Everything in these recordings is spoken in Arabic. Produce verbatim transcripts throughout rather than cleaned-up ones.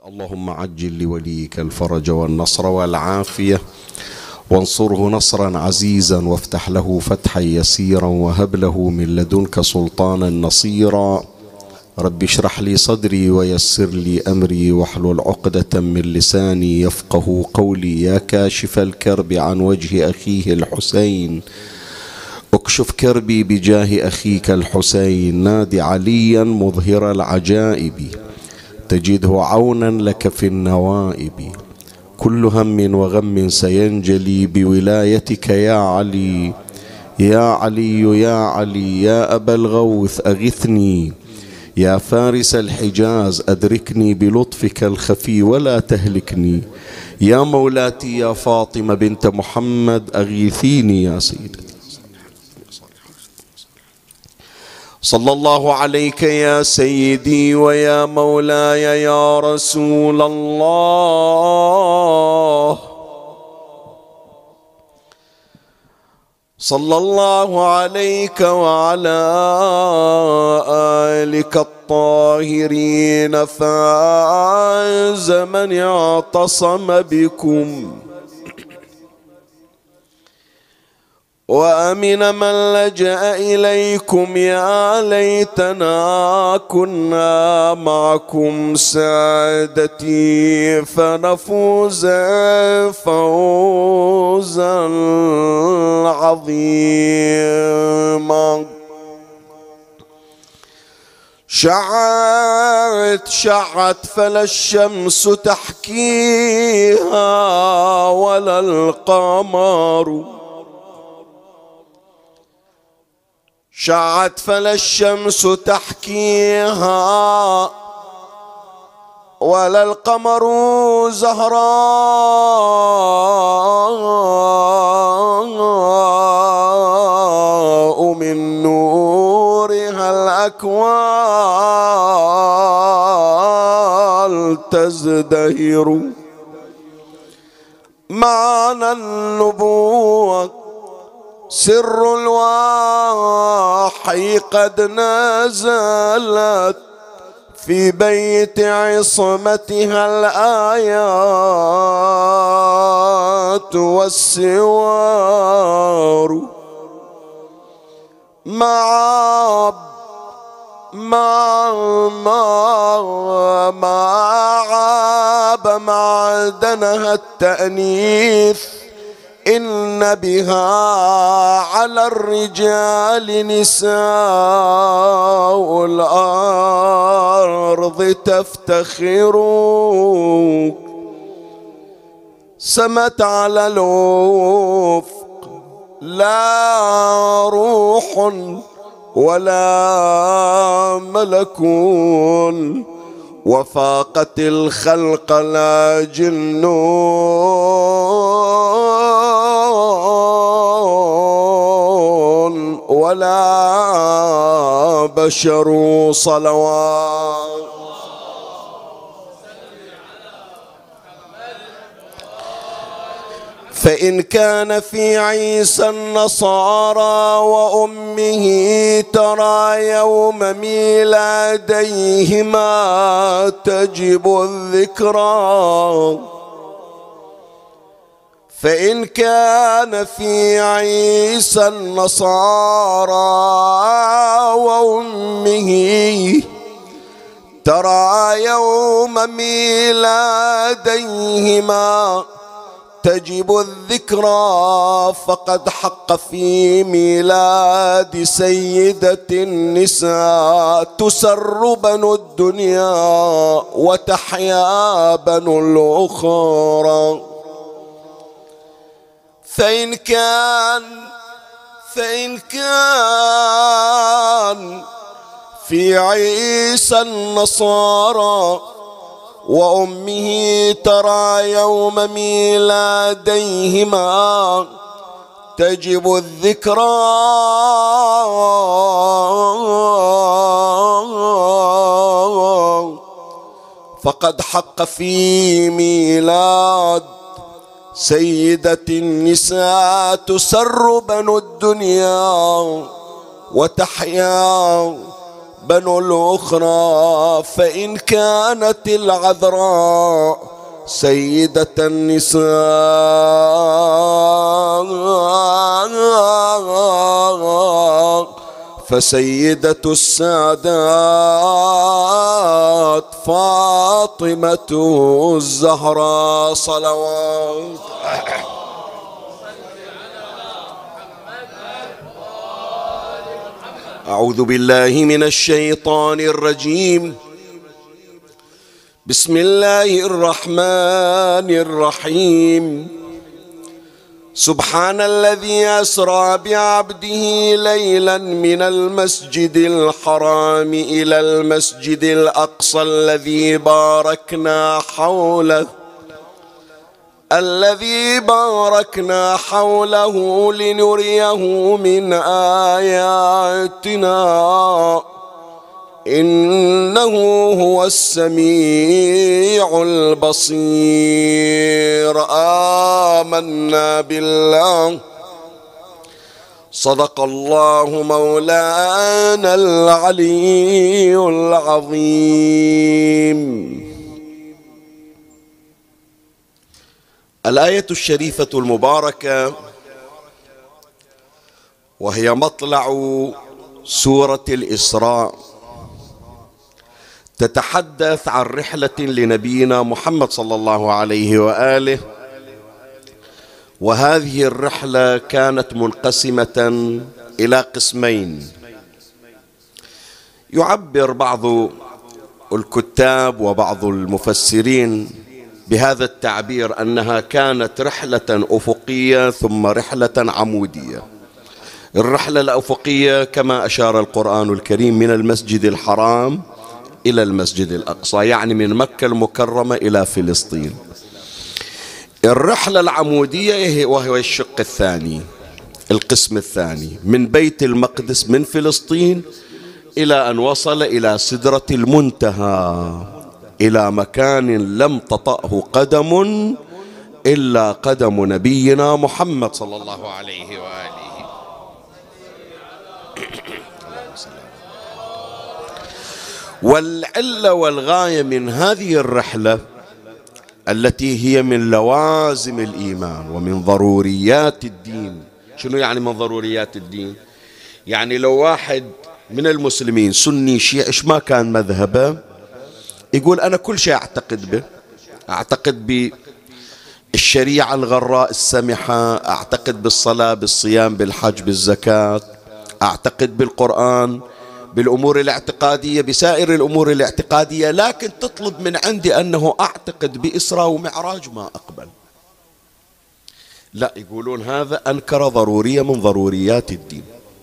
اللهم عجل لوليك الفرج والنصر والعافية، وانصره نصرا عزيزا، وافتح له فتحا يسيرا، وهب له من لدنك سلطانا نصيرا. رب اشرح لي صدري ويسر لي أمري، واحلل عقدة من لساني يفقه قولي. يا كاشف الكرب عن وجه أخيه الحسين، اكشف كربي بجاه أخيك الحسين. نادي عليا مظهر العجائب، تجده عونا لك في النوائب. كل هم وغم سينجلي بولايتك يا علي. يا علي يا علي يا أبا الغوث أغثني، يا فارس الحجاز أدركني بلطفك الخفي ولا تهلكني. يا مولاتي يا فاطمة بنت محمد أغيثيني يا سيدتي. صلى الله عليك يا سيدي ويا مولاي يا رسول الله. صلى الله عليك وعلى آلك الطاهرين. فاز من اعتصم بكم، وأمن من لجأ إليكم. يا ليتنا كنا معكم سادتي، فنفوز فوزا عظيما. شعت شعت فلا الشمس تحكيها ولا القمر. شعت فلا الشمس تحكيها ولا القمر زهراء من نورها الأكوان تزدهر. معنى النبوة سر الوحي قد نزلت في بيت عصمتها الآيات والسوار. مع ما ما ما عاب معدنها التأنيث، إن بها على الرجال نساء الأرض تفتخر. سمت على الأفق لا روح ولا ملك، وفاقت الخلق لا جن ولا بشر. صلوات فإن كان في عيسى النصارى وأمه ترى يوم ميلاديهما تجب الذكرى. فإن كان في عيسى النصارى وأمه ترى يوم ميلاديهما تجب الذكرى، فقد حق في ميلاد سيدة النساء تسر بنو الدنيا وتحيا بنو الأخرى. فإن كان فإن كان في عيسى النصارى وأمه ترى يوم ميلاديهما تجب الذكرى، فقد حق في ميلاد سيدة النساء تسر بنو الدنيا وتحيا بنو الأخرى، فإن كانت العذراء سيدة النساء فسيدة السادات فاطمة الزهراء صلوات. أعوذ بالله من الشيطان الرجيم. بسم الله الرحمن الرحيم. سبحان الذي أسرى بعبده ليلا من المسجد الحرام إلى المسجد الأقصى الذي باركنا حوله الذي باركنا حوله لنريه من آياتنا إنه هو السميع البصير. آمنا بالله صدق الله مولانا العلي العظيم. الآية الشريفة المباركة وهي مطلع سورة الإسراء تتحدث عن رحلة لنبينا محمد صلى الله عليه وآله، وهذه الرحلة كانت منقسمة إلى قسمين. يعبر بعض الكتاب وبعض المفسرين بهذا التعبير أنها كانت رحلة أفقية ثم رحلة عمودية. الرحلة الأفقية كما أشار القرآن الكريم من المسجد الحرام إلى المسجد الأقصى، يعني من مكة المكرمة إلى فلسطين. الرحلة العمودية وهو الشق الثاني، القسم الثاني، من بيت المقدس من فلسطين إلى أن وصل إلى سدرة المنتهى، إلى مكان لم تطأه قدم إلا قدم نبينا محمد صلى الله عليه وآله. والعلة والغاية من هذه الرحلة التي هي من لوازم الإيمان ومن ضروريات الدين. شنو يعني من ضروريات الدين؟ يعني لو واحد من المسلمين سني شيعي إيش ما كان مذهبه يقول أنا كل شيء أعتقد به، أعتقد بالشريعة الغراء السمحة، أعتقد بالصلاة بالصيام بالحج بالزكاة، أعتقد بالقرآن بالأمور الاعتقادية بسائر الأمور الاعتقادية، لكن تطلب من عندي أنه أعتقد بإسراء ومعراج ما أقبل. لا، يقولون هذا أنكر ضرورية من ضروريات الدين.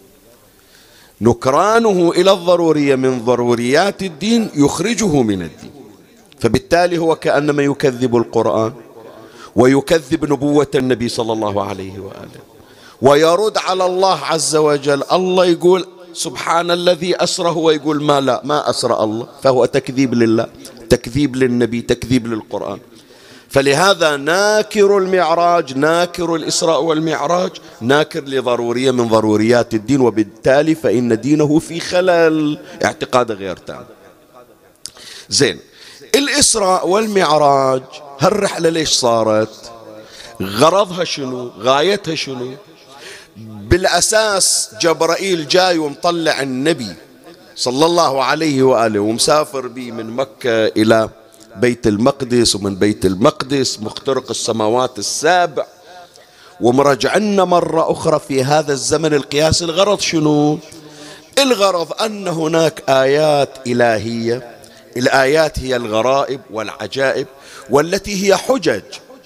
نكرانه إلى الضرورية من ضروريات الدين يخرجه من الدين، فبالتالي هو كأنما يكذب القرآن ويكذب نبوة النبي صلى الله عليه وآله ويرد على الله عز وجل. الله يقول سبحان الذي أسرى، هو يقول ما لا ما أسرى الله، فهو تكذيب لله، تكذيب للنبي، تكذيب للقرآن. فلهذا ناكر المعراج، ناكر الإسراء والمعراج، ناكر لضرورية من ضروريات الدين، وبالتالي فإن دينه في خلل، اعتقاد غير تام. زين، الإسراء والمعراج هالرحلة ليش صارت؟ غرضها شنو؟ غايتها شنو؟ بالأساس جبرائيل جاي ومطلع النبي صلى الله عليه وآله ومسافر بي من مكة إلى بيت المقدس، ومن بيت المقدس مخترق السماوات السابع ومرجعنا مرة أخرى في هذا الزمن القياسي. الغرض شنو؟ الغرض أن هناك آيات إلهية، الآيات هي الغرائب والعجائب والتي هي حجج،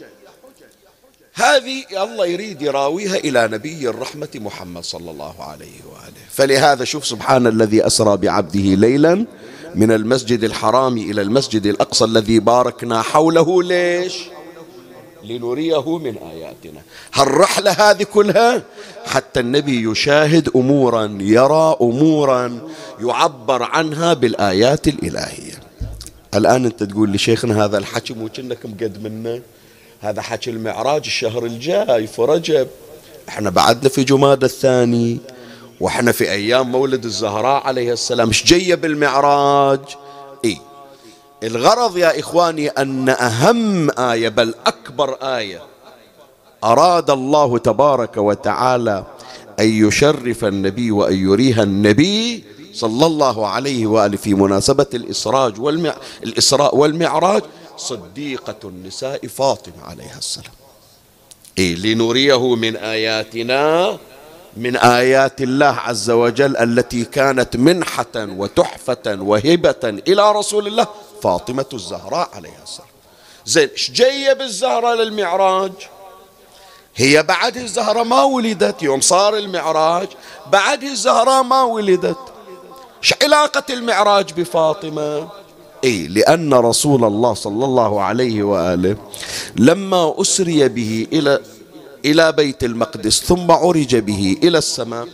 هذه الله يريد يراويها إلى نبي الرحمة محمد صلى الله عليه وآله. فلهذا شوف سبحان الذي أسرى بعبده ليلا من المسجد الحرام إلى المسجد الأقصى الذي باركنا حوله. ليش؟ لنريه من آياتنا. هالرحلة هذه كلها حتى النبي يشاهد أمورا، يرى أمورا يعبر عنها بالآيات الإلهية. الآن أنت تقول لي شيخنا هذا الحكي مو كأنك مقد منا، هذا حكي المعراج الشهر الجاي في رجب، احنا بعدنا في جمادى الثاني واحنا في أيام مولد الزهراء عليه السلام. ايش جاية بالمعراج؟ إيه الغرض يا إخواني؟ أن أهم آية بل أكبر آية أراد الله تبارك وتعالى أن يشرف النبي وأن يريها النبي صلى الله عليه وآله في مناسبة الإسراج والمع... الإسراء والمعراج صديقة النساء فاطمة عليها السلام. إيه لنريه من آياتنا، من آيات الله عز وجل التي كانت منحة وتحفة وهبة إلى رسول الله فاطمة الزهراء عليها السلام. زين ايش جاية بالزهراء للمعراج؟ هي بعد الزهراء ما ولدت، يوم صار المعراج بعد الزهراء ما ولدت. ايش علاقة المعراج بفاطمة؟ اي لأن رسول الله صلى الله عليه وآله لما أسري به إلى إلى بيت المقدس ثم عرج به إلى السماء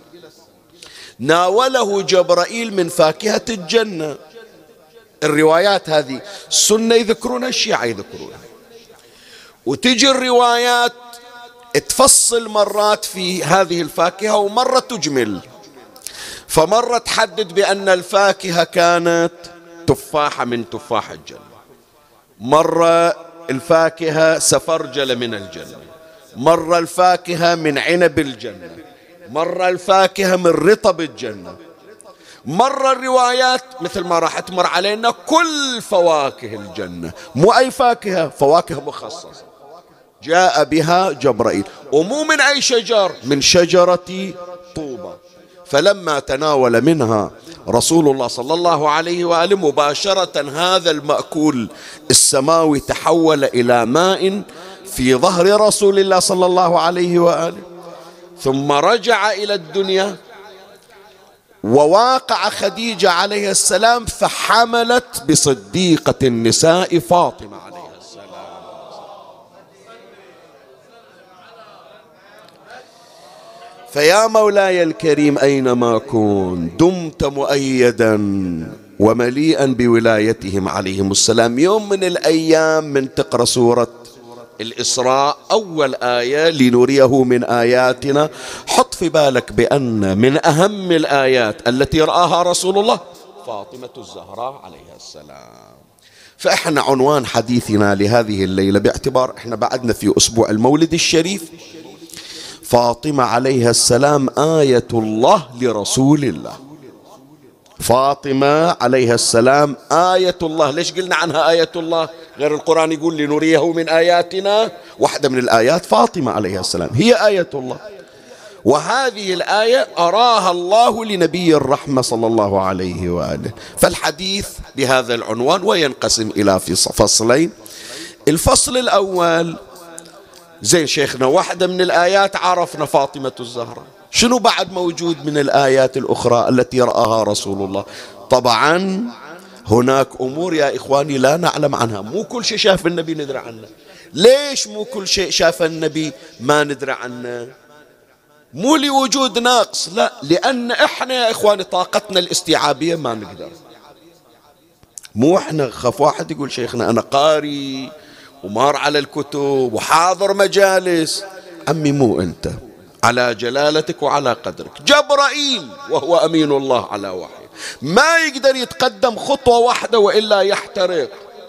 ناوله جبرائيل من فاكهة الجنة. الروايات هذه السنة يذكرونها، الشيعة يذكرونها، وتجي الروايات تفصل مرات في هذه الفاكهة ومرة تجمل. فمرة تحدد بأن الفاكهة كانت تفاحة من تفاح الجنة، مرة الفاكهة سفرجل من الجنة، مرة الفاكهة من عنب الجنة، مرة الفاكهة من رطب الجنة، مرة الروايات مثل ما راح تمر علينا كل فواكه الجنة، مو أي فاكهة، فواكه مخصصة جاء بها جبرائيل. ومو من أي شجر، من شجرة طوبى. فلما تناول منها رسول الله صلى الله عليه وآله مباشرة هذا المأكول السماوي تحول إلى ماء في ظهر رسول الله صلى الله عليه وآله، ثم رجع إلى الدنيا وواقع خديجة عليه السلام فحملت بصديقة النساء فاطمة عليه السلام. فيا مولاي الكريم أينما كنت دمت مؤيدا ومليئا بولايتهم عليهم السلام. يوم من الأيام من تقرأ سورة الإسراء أول آية لنريه من آياتنا، حط في بالك بأن من أهم الآيات التي رآها رسول الله فاطمة الزهراء عليها السلام. فإحنا عنوان حديثنا لهذه الليلة باعتبار إحنا بعدنا في أسبوع المولد الشريف، فاطمة عليها السلام آية الله لرسول الله. فاطمة عليها السلام آية الله. ليش قلنا عنها آية الله؟ غير القرآن يقول لنريه من آياتنا، واحدة من الآيات فاطمة عليها السلام هي آية الله. وهذه الآية أراها الله لنبي الرحمة صلى الله عليه وآله. فالحديث بهذا العنوان وينقسم إلى فصلين. الفصل الأول زين شيخنا واحدة من الآيات عرفنا فاطمة الزهراء، شنو بعد موجود من الآيات الأخرى التي رآها رسول الله؟ طبعا هناك أمور يا إخواني لا نعلم عنها. مو كل شيء شاف النبي ندري عنه. ليش مو كل شيء شاف النبي ما ندري عنه؟ مو لوجود ناقص، لا، لأن إحنا يا إخواني طاقتنا الاستيعابية ما نقدر. مو إحنا خاف واحد يقول شيخنا أنا قاري ومار على الكتب وحاضر مجالس. عمي مو أنت، على جلالتك وعلى قدرك. جبرائيل وهو أمين الله على وحيه ما يقدر يتقدم خطوة واحدة وإلا يحترق.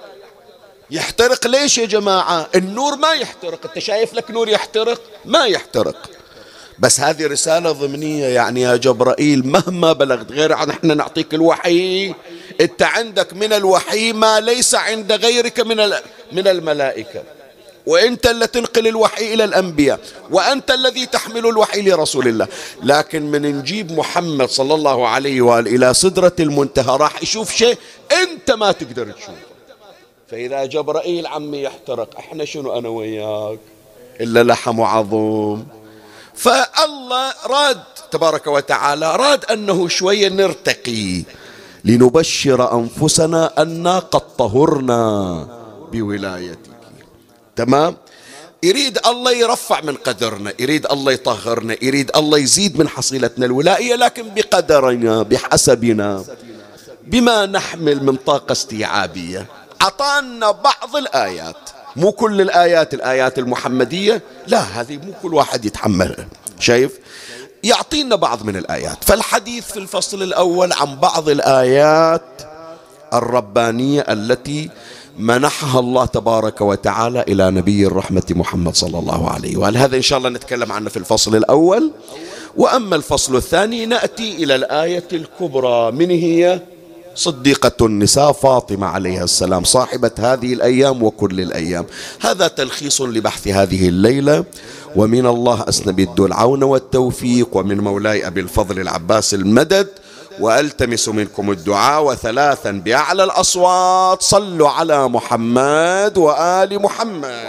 يحترق ليش يا جماعة؟ النور ما يحترق. أنت شايف لك نور يحترق؟ ما يحترق. بس هذه رسالة ضمنية، يعني يا جبرائيل مهما بلغت غير عن احنا نعطيك الوحي، انت عندك من الوحي ما ليس عند غيرك من من الملائكة، وانت اللي تنقل الوحي الى الانبياء، وانت الذي تحمل الوحي لرسول الله. لكن من نجيب محمد صلى الله عليه وآله الى سدرة المنتهى راح يشوف شيء انت ما تقدر تشوفه. فاذا جبرائيل عمي يحترق، احنا شنو انا وياك الا لحم وعظم. فالله راد تبارك وتعالى راد أنه شوية نرتقي لنبشر أنفسنا أننا قد طهرنا بولايتك. تمام؟ يريد الله يرفع من قدرنا، يريد الله يطهرنا، يريد الله يزيد من حصيلتنا الولائية، لكن بقدرنا بحسبنا بما نحمل من طاقة استيعابية. أعطانا بعض الآيات، مو كل الآيات، الآيات المحمدية لا، هذه مو كل واحد يتحملها. شايف؟ يعطينا بعض من الآيات. فالحديث في الفصل الأول عن بعض الآيات الربانية التي منحها الله تبارك وتعالى إلى نبي الرحمة محمد صلى الله عليه وآله. هذا إن شاء الله نتكلم عنه في الفصل الأول. وأما الفصل الثاني نأتي إلى الآية الكبرى، من هي؟ صديقة النساء فاطمة عليها السلام، صاحبة هذه الأيام وكل الأيام. هذا تلخيص لبحث هذه الليلة، ومن الله أسنبد العون والتوفيق، ومن مولاي أبي الفضل العباس المدد، وألتمس منكم الدعاء. وثلاثا بأعلى الأصوات صلوا على محمد وآل محمد.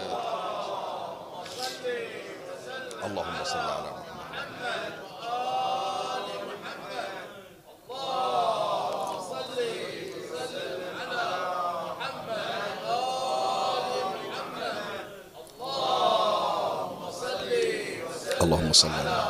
اللهم صل على اللهم صل على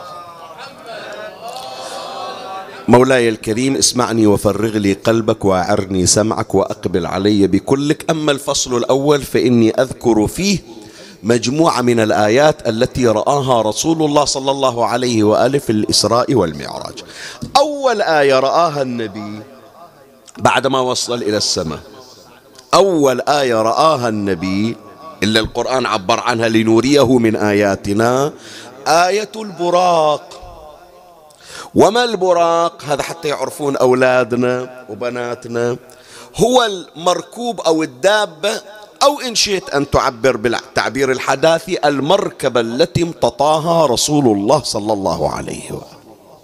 مولاي الكريم. اسمعني وفرغ لي قلبك وأعرني سمعك وأقبل علي بكلك. أما الفصل الأول فإني أذكر فيه مجموعة من الآيات التي رآها رسول الله صلى الله عليه وآله في الإسراء والمعراج. أول آية رآها النبي بعدما وصل إلى السماء، أول آية رآها النبي إلا القرآن عبر عنها لنوريه من آياتنا، آية البراق. وما البراق؟ هذا حتى يعرفون أولادنا وبناتنا، هو المركوب أو الدابة، أو إن شئت أن تعبر بالتعبير الحداثي المركبة التي امتطاها رسول الله صلى الله عليه وآله.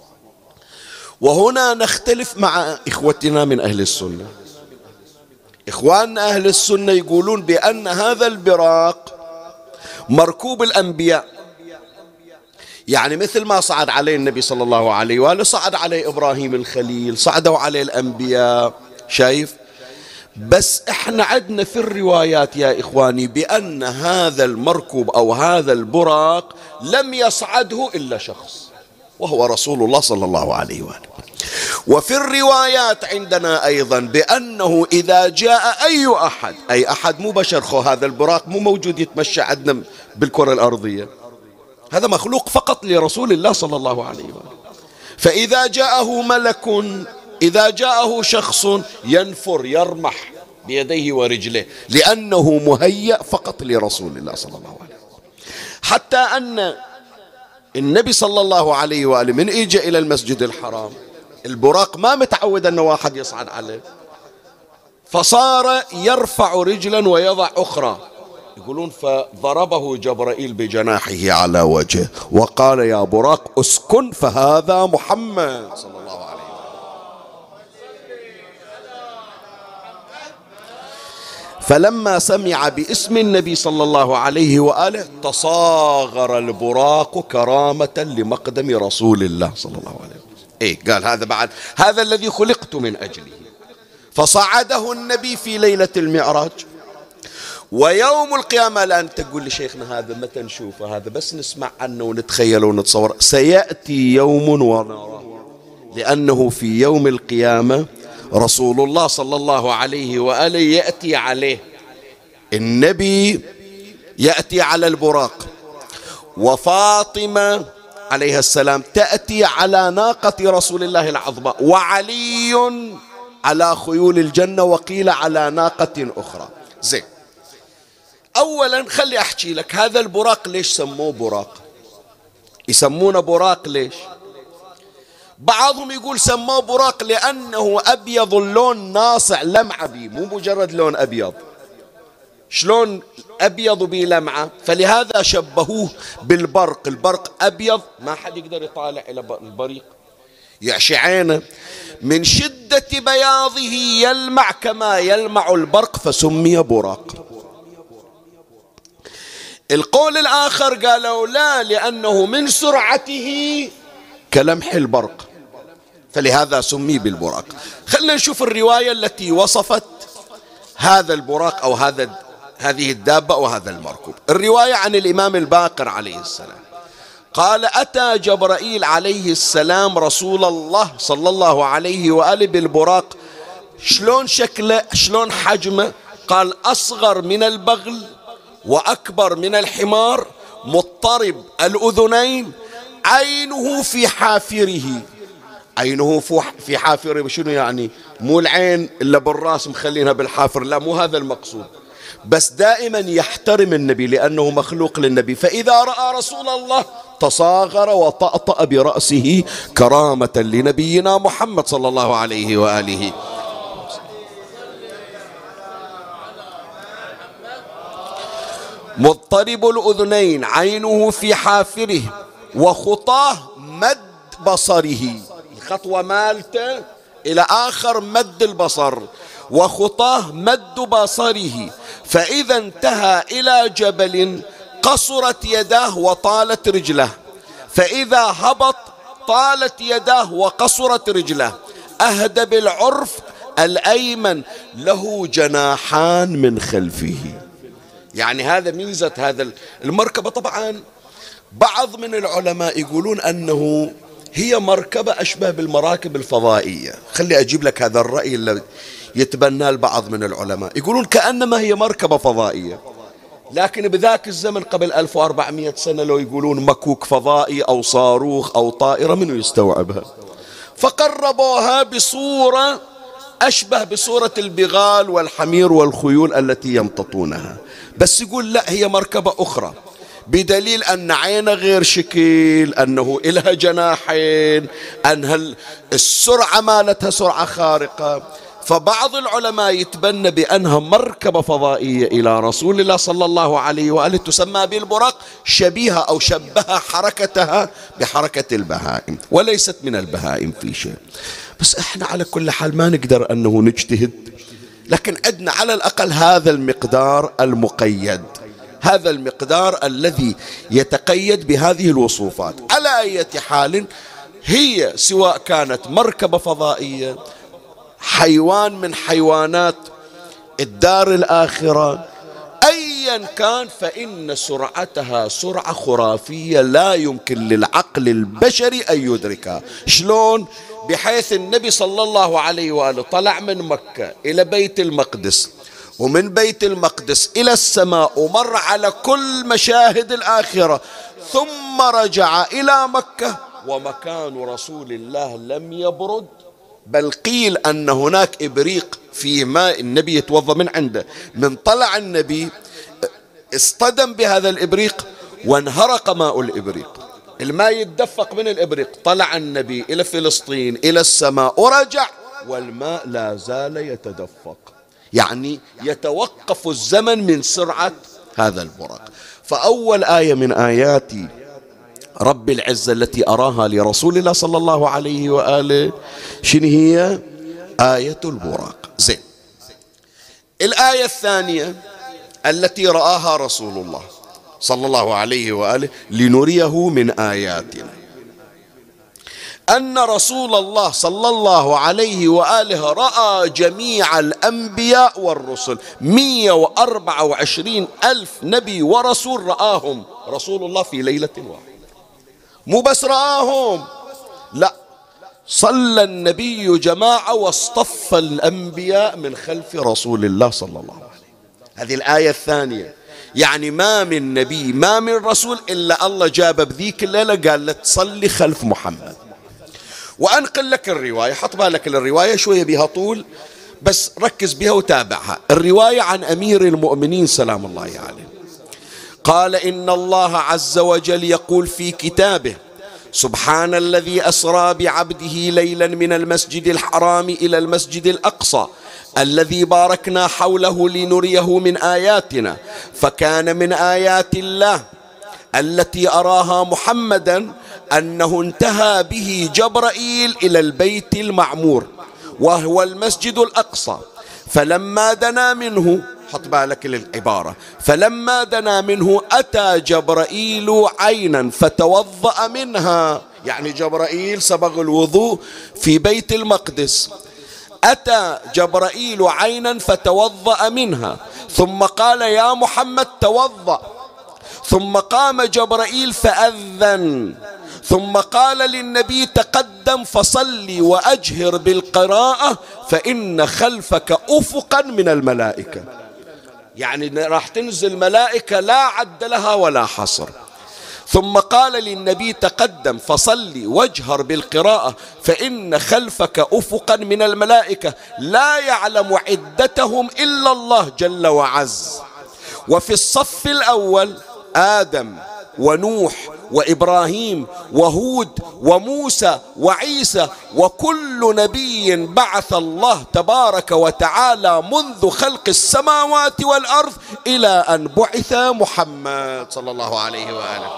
وهنا نختلف مع إخوتنا من أهل السنة. إخواننا أهل السنة يقولون بأن هذا البراق مركوب الأنبياء، يعني مثل ما صعد عليه النبي صلى الله عليه وآله صعد عليه إبراهيم الخليل، صعدوا عليه الأنبياء. شايف؟ بس احنا عندنا في الروايات يا إخواني بأن هذا المركوب أو هذا البراق لم يصعده إلا شخص، وهو رسول الله صلى الله عليه وآله. وفي الروايات عندنا أيضا بأنه إذا جاء أي أحد، أي أحد مو بشر، خو هذا البراق مو موجود يتمشى عندنا بالكرة الأرضية، هذا مخلوق فقط لرسول الله صلى الله عليه وآله. فإذا جاءه ملك، إذا جاءه شخص ينفر يرمح بيديه ورجله، لأنه مهيأ فقط لرسول الله صلى الله عليه وآله. حتى أن النبي صلى الله عليه وآله من إجى إلى المسجد الحرام، البراق ما متعود أن واحد يصعد عليه، فصار يرفع رجلا ويضع أخرى. يقولون فضربه جبرائيل بجناحه على وجهه وقال يا براق اسكن فهذا محمد صلى الله عليه وسلم. فلما سمع باسم النبي صلى الله عليه وآله تصاغر البراق كرامة لمقدم رسول الله صلى الله عليه وسلم. إيه قال هذا بعد هذا الذي خلقت من أجله. فصعده النبي في ليلة المعراج. ويوم القيامة الآن تقول لي شيخنا هذا متى نشوفه؟ هذا بس نسمع عنه ونتخيله ونتصور. سيأتي يوم ونراه، لأنه في يوم القيامة رسول الله صلى الله عليه وآله يأتي عليه، النبي يأتي على البراق، وفاطمة عليها السلام تأتي على ناقة رسول الله العظماء، وعلي على خيول الجنة، وقيل على ناقة أخرى. زين، أولا خلي أحكي لك هذا البراق ليش سموه براق؟ يسمونه براق ليش؟ بعضهم يقول سموه براق لأنه أبيض اللون ناصع لمعة بيه، مو مجرد لون أبيض، شلون أبيض بيه لمعة، فلهذا شبهوه بالبرق. البرق أبيض ما حد يقدر يطالع إلى البريق، يعشي عينه، من شدة بياضه يلمع كما يلمع البرق فسمي براق. القول الآخر قالوا لا، لأنه من سرعته كلمح البرق فلهذا سمي بالبراق. خلينا نشوف الرواية التي وصفت هذا البراق أو هذا هذه الدابة أو هذا المركوب. الرواية عن الإمام الباقر عليه السلام قال أتى جبرائيل عليه السلام رسول الله صلى الله عليه وآله بالبراق. شلون شكله؟ شلون حجمه؟ قال أصغر من البغل وأكبر من الحمار، مضطرب الأذنين، عينه في حافره. عينه في حافره شنو يعني؟ مو العين إلا بالراس مخلينها بالحافر، لا مو هذا المقصود، بس دائما يحترم النبي لأنه مخلوق للنبي، فإذا رأى رسول الله تصاغر وطأطأ برأسه كرامة لنبينا محمد صلى الله عليه وآله. مضطرب الأذنين، عينه في حافره، وخطاه مد بصره، الخطوة مالته إلى آخر مد البصر، وخطاه مد بصره، فإذا انتهى إلى جبل قصرت يداه وطالت رجله، فإذا هبط طالت يداه وقصرت رجله. أهدى بالعرف الأيمن له جناحان من خلفه. يعني هذا ميزة هذا المركبة. طبعا بعض من العلماء يقولون أنه هي مركبة أشبه بالمراكب الفضائية. خلي أجيب لك هذا الرأي اللي يتبناه البعض من العلماء، يقولون كأنما هي مركبة فضائية، لكن بذاك الزمن قبل ألف وأربعمائة سنة لو يقولون مكوك فضائي أو صاروخ أو طائرة منو يستوعبها؟ فقربوها بصورة أشبه بصورة البغال والحمير والخيول التي يمتطونها، بس يقول لا هي مركبة أخرى، بدليل أن عينه غير شكل، أنه إلها جناحين، أن السرعة مالتها سرعة خارقة. فبعض العلماء يتبنى بأنها مركبة فضائية إلى رسول الله صلى الله عليه وآله تسمى بالبراق، شبيهة أو شبه حركتها بحركة البهائم، وليست من البهائم في شيء. بس احنا على كل حال ما نقدر أنه نجتهد، لكن عندنا على الأقل هذا المقدار المقيد، هذا المقدار الذي يتقيد بهذه الوصوفات. على أي حال هي سواء كانت مركبة فضائية، حيوان من حيوانات الدار الآخرة، أيا كان، فإن سرعتها سرعة خرافية لا يمكن للعقل البشري أن يدركها. شلون؟ بحيث النبي صلى الله عليه وآله طلع من مكة إلى بيت المقدس، ومن بيت المقدس إلى السماء، ومر على كل مشاهد الآخرة، ثم رجع إلى مكة ومكان رسول الله لم يبرد، بل قيل أن هناك إبريق في ماء النبي يتوضأ من عنده، من طلع النبي اصطدم بهذا الإبريق وانهرق ماء الإبريق، الماء يتدفق من الإبريق، طلع النبي إلى فلسطين إلى السماء ورجع والماء لا زال يتدفق، يعني يتوقف الزمن من سرعة هذا البراق. فأول آية من آيات رب العزة التي أراها لرسول الله صلى الله عليه وآله شنو هي؟ آية البراق. زين، الآية الثانية التي رآها رسول الله صلى الله عليه وآله لنريه من آياتنا، أن رسول الله صلى الله عليه وآله رأى جميع الأنبياء والرسل، مئة وأربعة وعشرين ألف نبي ورسول رآهم رسول الله في ليلة واحدة. مو بس رآهم، لا، صلى النبي جماعة واصطف الأنبياء من خلف رسول الله صلى الله عليه وسلم. هذه الآية الثانية، يعني ما من نبي ما من رسول إلا الله جاب بذيك الليلة قال له تصلي خلف محمد. وأنقل لك الرواية، حط بالك الرواية شوية بها طول، بس ركز بها وتابعها. الرواية عن أمير المؤمنين سلام الله عليه قال: إن الله عز وجل يقول في كتابه: سبحان الذي أسرى بعبده ليلا من المسجد الحرام إلى المسجد الأقصى الذي باركنا حوله لنريه من آياتنا. فكان من آيات الله التي أراها محمدا أنه انتهى به جبرائيل إلى البيت المعمور وهو المسجد الأقصى، فلما دنا منه، حط بالك للعبارة، فلما دنا منه أتى جبرائيل عينا فتوضأ منها، يعني جبرائيل سبغ الوضوء في بيت المقدس، أتى جبرائيل عينا فتوضأ منها، ثم قال: يا محمد توضأ، ثم قام جبرائيل فأذن، ثم قال للنبي: تقدم فصلي وأجهر بالقراءة فإن خلفك أفقا من الملائكة، يعني راح تنزل ملائكة لا عد لها ولا حصر. ثم قال للنبي تقدم فصلي واجهر بالقراءة فإن خلفك أفقا من الملائكة لا يعلم عدتهم إلا الله جل وعز. وفي الصف الأول آدم ونوح وإبراهيم وهود وموسى وعيسى وكل نبي بعث الله تبارك وتعالى منذ خلق السماوات والأرض إلى أن بعث محمد صلى الله عليه وآله.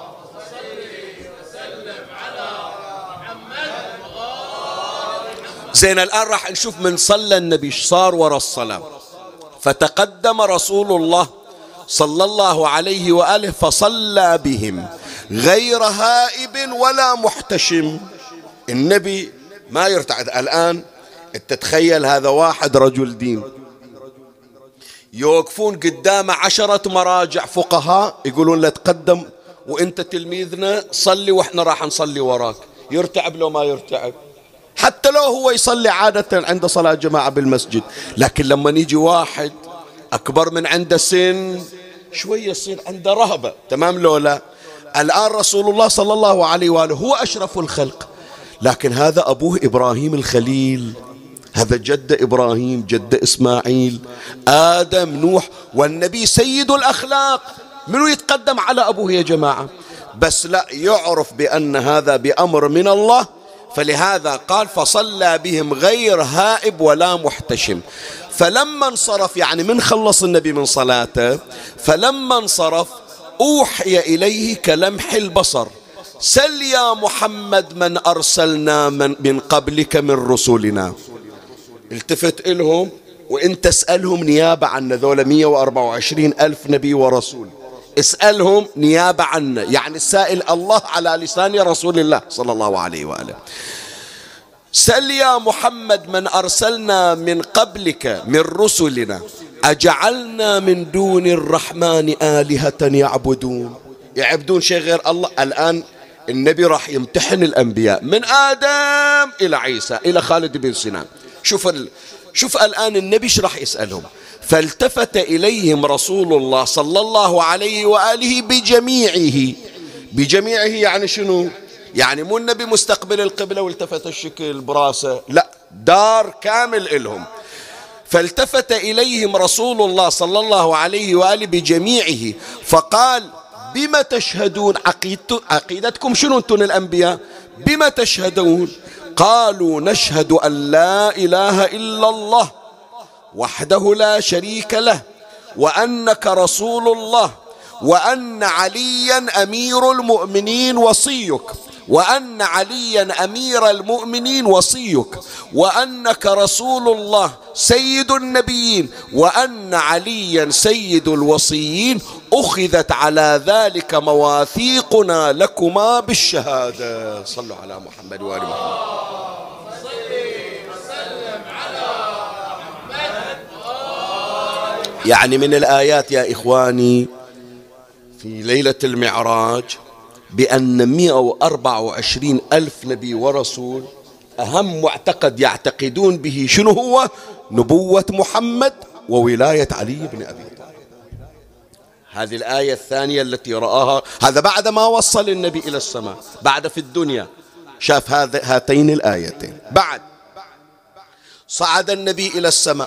زين الآن راح نشوف من صلى النبي صار وراء الصلاة. فتقدم رسول الله صلى الله عليه وآله فصلى بهم غير هائب ولا محتشم. النبي ما يرتعد. الآن تتخيل هذا واحد رجل دين يوقفون قدامه عشرة مراجع فقهاء يقولون له تقدم وانت تلميذنا صلي واحنا راح نصلي وراك. يرتعب لو ما يرتعب؟ حتى لو هو يصلي عادة عند صلاة جماعة بالمسجد، لكن لما يجي واحد أكبر من عنده سن شوية يصير عنده رهبة. تمام لولا الآن رسول الله صلى الله عليه وآله هو أشرف الخلق، لكن هذا أبوه إبراهيم الخليل، هذا جد إبراهيم، جد إسماعيل، آدم، نوح، والنبي سيد الأخلاق. منو يتقدم على أبوه يا جماعة؟ بس لا، يعرف بأن هذا بأمر من الله، فلهذا قال فصلى بهم غير هائب ولا محتشم. فلما انصرف، يعني من خلص النبي من صلاته، فلما انصرف أوحي إليه كلمح البصر سل يا محمد من أرسلنا من, من قبلك من رسولنا. التفت إلهم وانت اسألهم نيابة عنا، ذولا مئة وأربعة وعشرين ألف نبي ورسول، اسألهم نيابة عنا، يعني السائل الله على لسان رسول الله صلى الله عليه وآله. سل يا محمد من أرسلنا من قبلك من رسلنا أجعلنا من دون الرحمن آلهة يعبدون، يعبدون شيء غير الله. الآن النبي راح يمتحن الأنبياء من آدم إلى عيسى إلى خالد بن سنان. شوف ال... شوف الآن النبي ايش راح يسألهم. فالتفت إليهم رسول الله صلى الله عليه وآله بجميعه. بجميعه يعني شنو؟ يعني مو النبي مستقبل القبلة والتفت الشكل براسه، لا، دار كامل إلهم. فالتفت إليهم رسول الله صلى الله عليه وآله بجميعه فقال بما تشهدون؟ عقيدتكم شنو انتم الأنبياء؟ بما تشهدون؟ قالوا نشهد أن لا إله إلا الله وحده لا شريك له وأنك رسول الله وأن عليا أمير المؤمنين وصيك وأن عليا أمير المؤمنين وصيك وأنك رسول الله سيد النبيين وأن عليا سيد الوصيين أخذت على ذلك مواثيقنا لكما بالشهادة. صلوا على محمد وآل محمد. يعني من الآيات يا إخواني في ليلة المعراج بأن مئة وأربعة وعشرين ألف نبي ورسول أهم معتقد يعتقدون به شنو هو؟ نبوة محمد وولاية علي بن أبي طالب. هذه الآية الثانية التي رآها، هذا بعد ما وصل النبي إلى السماء، بعد في الدنيا شاف هذا هاتين الآيتين. بعد صعد النبي إلى السماء،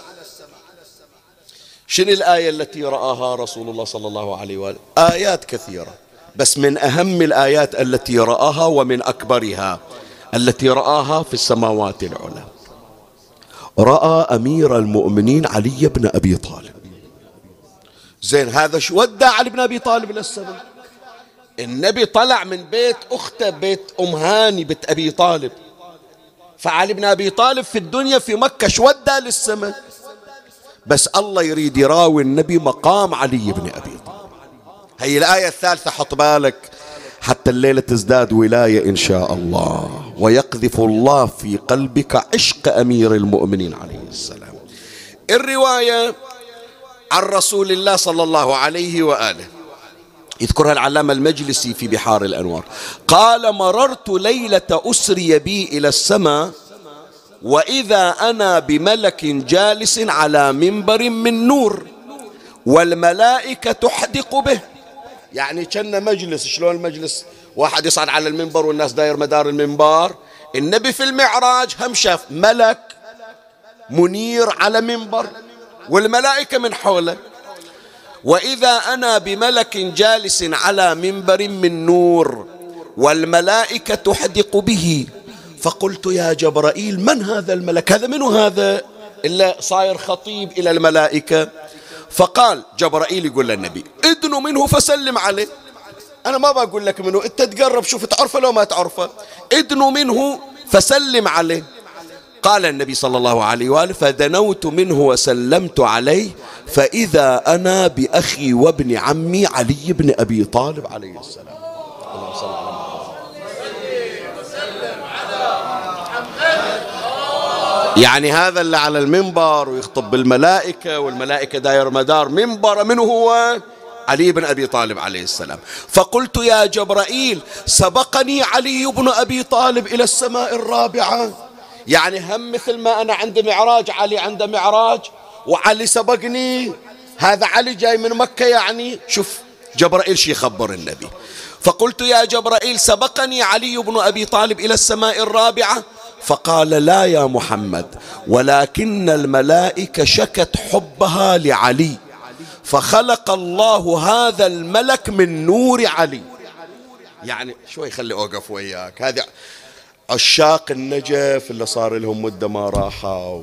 شنو الآية التي رآها رسول الله صلى الله عليه وآله؟ آيات كثيرة، بس من أهم الآيات التي رآها ومن أكبرها التي رآها في السماوات العلى، رأى أمير المؤمنين علي بن أبي طالب. زين، هذا شو ودى علي بن أبي طالب إلى السماء؟ النبي طلع من بيت أخته بيت أم هاني بنت أبي طالب، فعلي بن أبي طالب في الدنيا في مكة شو ودى للسماء؟ بس الله يريد يراوي النبي مقام علي بن أبي طالب. هي الآية الثالثة، حط بالك حتى الليلة تزداد ولاية إن شاء الله، ويقذف الله في قلبك عشق أمير المؤمنين عليه السلام. الرواية عن رسول الله صلى الله عليه وآله يذكرها العلامة المجلسي في بحار الأنوار، قال مررت ليلة أسري بي إلى السماء وإذا أنا بملك جالس على منبر من نور والملائكة تحدق به. يعني كان مجلس، شلون المجلس واحد يصعد على المنبر والناس داير مدار المنبر. النبي في المعراج هم شاف ملك منير على منبر والملائكة من حوله، وإذا أنا بملك جالس على منبر من نور والملائكة تحدق به، فقلت يا جبرائيل من هذا الملك؟ هذا منو هذا إلا صاير خطيب إلى الملائكة؟ فقال جبرائيل يقول للنبي ادنوا منه فسلم عليه. أنا ما بقول لك منه، أنت تقرب شوف تعرفه لو ما تعرفه، ادنوا منه فسلم عليه. قال النبي صلى الله عليه وآله فدنوت منه وسلمت عليه فإذا أنا بأخي وابن عمي علي بن أبي طالب عليه السلام. اللهم صل على محمد. يعني هذا اللي على المنبر ويخطب بالملائكة والملائكة داير مدار منبر، منه هو علي بن أبي طالب عليه السلام. فقلت يا جبرائيل سبقني علي بن أبي طالب إلى السماء الرابعة، يعني هم مثل ما أنا عند معراج علي عنده معراج وعلي سبقني، هذا علي جاي من مكة. يعني شوف جبرائيل شي يخبر النبي. فقلت يا جبرائيل سبقني علي بن أبي طالب إلى السماء الرابعة؟ فقال لا يا محمد، ولكن الملائكة شكت حبها لعلي فخلق الله هذا الملك من نور علي. يعني شوي خلي أوقف وياك، هذه عشاق النجف اللي صار لهم مدة ما راحوا،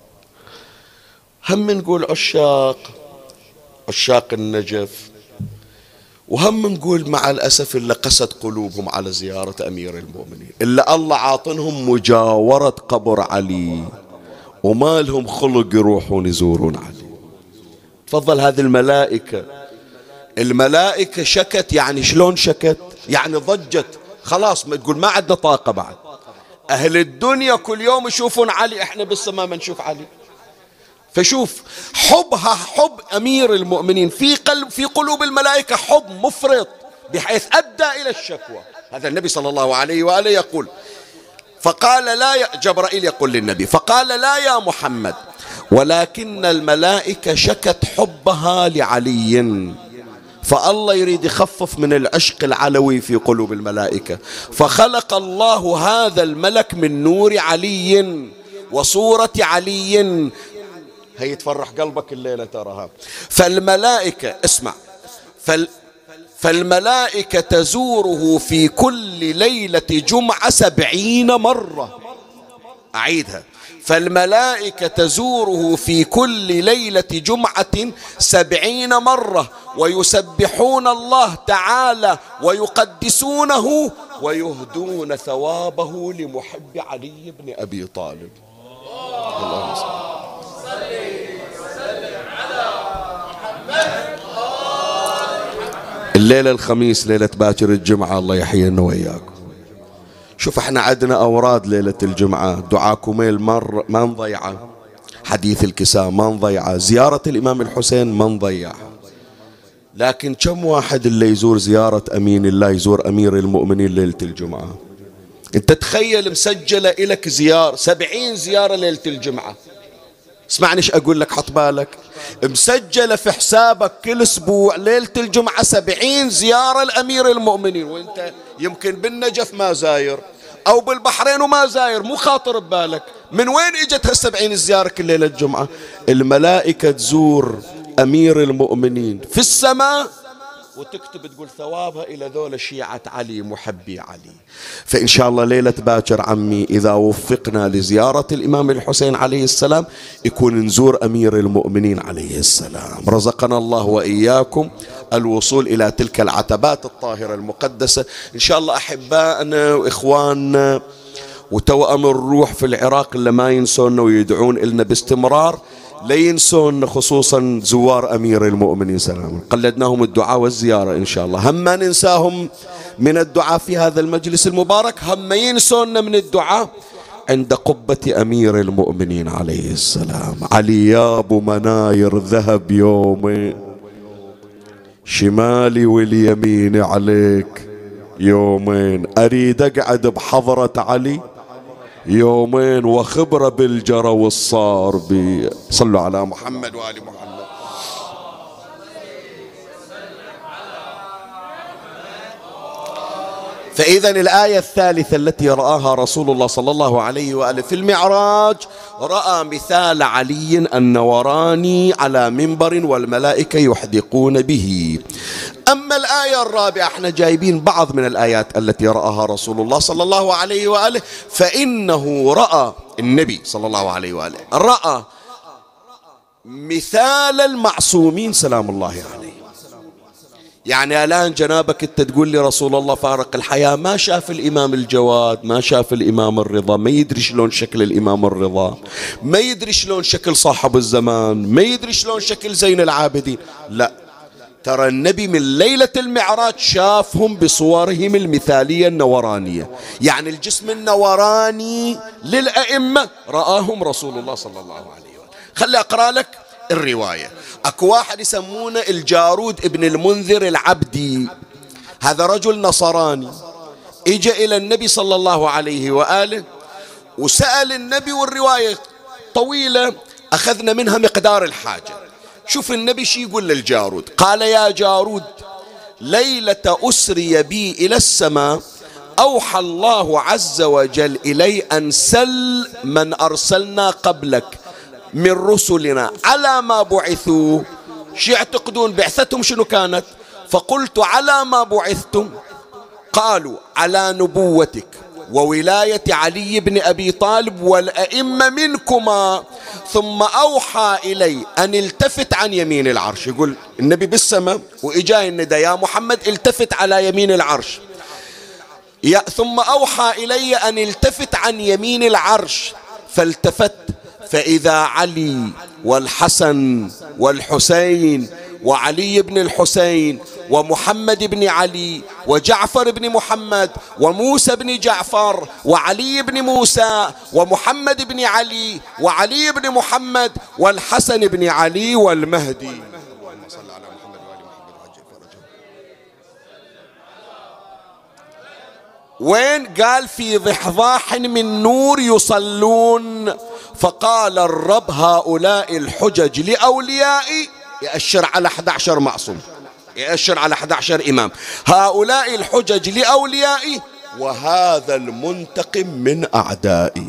هم نقول عشاق عشاق النجف، وهم نقول مع الأسف اللي قست قلوبهم على زيارة أمير المؤمنين، إلا الله عاطنهم مجاورة قبر علي وما لهم خلق يروحون يزورون علي. تفضل هذه الملائكة، الملائكة شكت، يعني شلون شكت؟ يعني ضجت خلاص، ما تقول ما عندنا طاقة بعد. أهل الدنيا كل يوم يشوفون علي، إحنا بالسماء ما نشوف علي. فشوف حبها حب أمير المؤمنين في قلب في قلوب الملائكة حب مفرط بحيث أدى إلى الشكوى. هذا النبي صلى الله عليه وآله يقول. فقال لا يا جبرائيل يقول للنبي فقال لا يا محمد، ولكن الملائكة شكت حبها لعلي، فالله يريد يخفف من العشق العلوي في قلوب الملائكة، فخلق الله هذا الملك من نور علي وصورة علي. هي تفرح قلبك الليلة تراها. فالملائكة اسمع فال فالملائكة تزوره في كل ليلة جمعة سبعين مرة. أعيدها، فالملائكة تزوره في كل ليلة جمعة سبعين مرة ويسبحون الله تعالى ويقدسونه ويهدون ثوابه لمحب علي بن أبي طالب. اللهم صل وسلم على محمد. الليلة الخميس ليلة باكر الجمعة، الله يحيينا وإياكم. شوف احنا عندنا أوراد ليلة الجمعة، دعاء كميل مر ما نضيعه، حديث الكساء ما نضيعه، زيارة الإمام الحسين ما نضيعها. لكن كم واحد اللي يزور زيارة أمين الله، يزور أمير المؤمنين ليلة الجمعة؟ انت تخيل مسجلة إلك زيارة سبعين زيارة ليلة الجمعة. اسمعني ايش أقول لك، حط بالك، مسجلة في حسابك كل أسبوع ليلة الجمعة سبعين زيارة لأمير المؤمنين، وانت يمكن بالنجف ما زاير أو بالبحرين وما زاير، مو خاطر ببالك من وين اجت هالسبعين زيارة كل ليلة الجمعة؟ الملائكة تزور أمير المؤمنين في السماء وتكتب تقول ثوابها إلى ذول شيعة علي محبي علي. فإن شاء الله ليلة باكر عمي إذا وفقنا لزيارة الإمام الحسين عليه السلام يكون نزور أمير المؤمنين عليه السلام. رزقنا الله وإياكم الوصول إلى تلك العتبات الطاهرة المقدسة. إن شاء الله أحبائنا وإخواننا وتوأم الروح في العراق اللي ما ينسونا ويدعون إلنا باستمرار، لا ينسون خصوصا زوار أمير المؤمنين سلام، قلدناهم الدعاء والزيارة إن شاء الله. هم ما ننساهم من الدعاء في هذا المجلس المبارك، هم ما ينسون من الدعاء عند قبة أمير المؤمنين عليه السلام. علي يا أبو مناير ذهب يومين، شمالي واليمين عليك يومين، أريد أقعد بحضرة علي يومين وخبرة بالجرى والصار بي. صلوا على محمد وآل محمد. فإذا الآية الثالثة التي رآها رسول الله صلى الله عليه وآله في المعراج، رأى مثال علي النوراني على منبر والملائكة يحدقون به. أما الآية الرابعة، احنا جايبين بعض من الآيات التي رآها رسول الله صلى الله عليه وآله، فإنه رأى النبي صلى الله عليه وآله رأى مثال المعصومين سلام الله عليه. يعني الآن جنابك أنت تقول لي رسول الله فارق الحياة ما شاف الإمام الجواد، ما شاف الإمام الرضا، ما يدري شلون شكل الإمام الرضا، ما يدري شلون شكل صاحب الزمان، ما يدري شلون شكل زين العابدين. لا، ترى النبي من ليلة المعراج شافهم بصورهم المثالية النورانية، يعني الجسم النوراني للأئمة رآهم رسول الله صلى الله عليه وسلم. خلي أقرأ لك الرواية. أكو واحد يسمونه الجارود ابن المنذر العبدي، هذا رجل نصراني إجا إلى النبي صلى الله عليه وآله وسأل النبي، والرواية طويلة أخذنا منها مقدار الحاجة. شوف النبي شي يقول للجارود، قال: يا جارود، ليلة أسري بي إلى السماء أوحى الله عز وجل إلي أن سل من أرسلنا قبلك من رسلنا على ما بعثوا. شو يعتقدون بعثتهم شنو كانت؟ فقلت: على ما بعثتم؟ قالوا: على نبوتك وولاية علي بن أبي طالب والأئمة منكما. ثم أوحى إلي أن التفت عن يمين العرش. يقول النبي بالسماء وإجاي الندى: يا محمد التفت على يمين العرش. ثم أوحى إلي أن التفت عن يمين العرش، فالتفت فإذا علي والحسن والحسين وعلي بن الحسين ومحمد بن علي وجعفر بن محمد وموسى بن جعفر وعلي بن موسى ومحمد بن علي وعلي بن محمد والحسن بن علي والمهدي. وين؟ قال: في ضحضاح من نور يصلون. فقال الرب: هؤلاء الحجج لأوليائي، يأشر على أحد عشر معصوم، يأشر على أحد عشر إمام. هؤلاء الحجج لأوليائي وهذا المنتقم من أعدائي.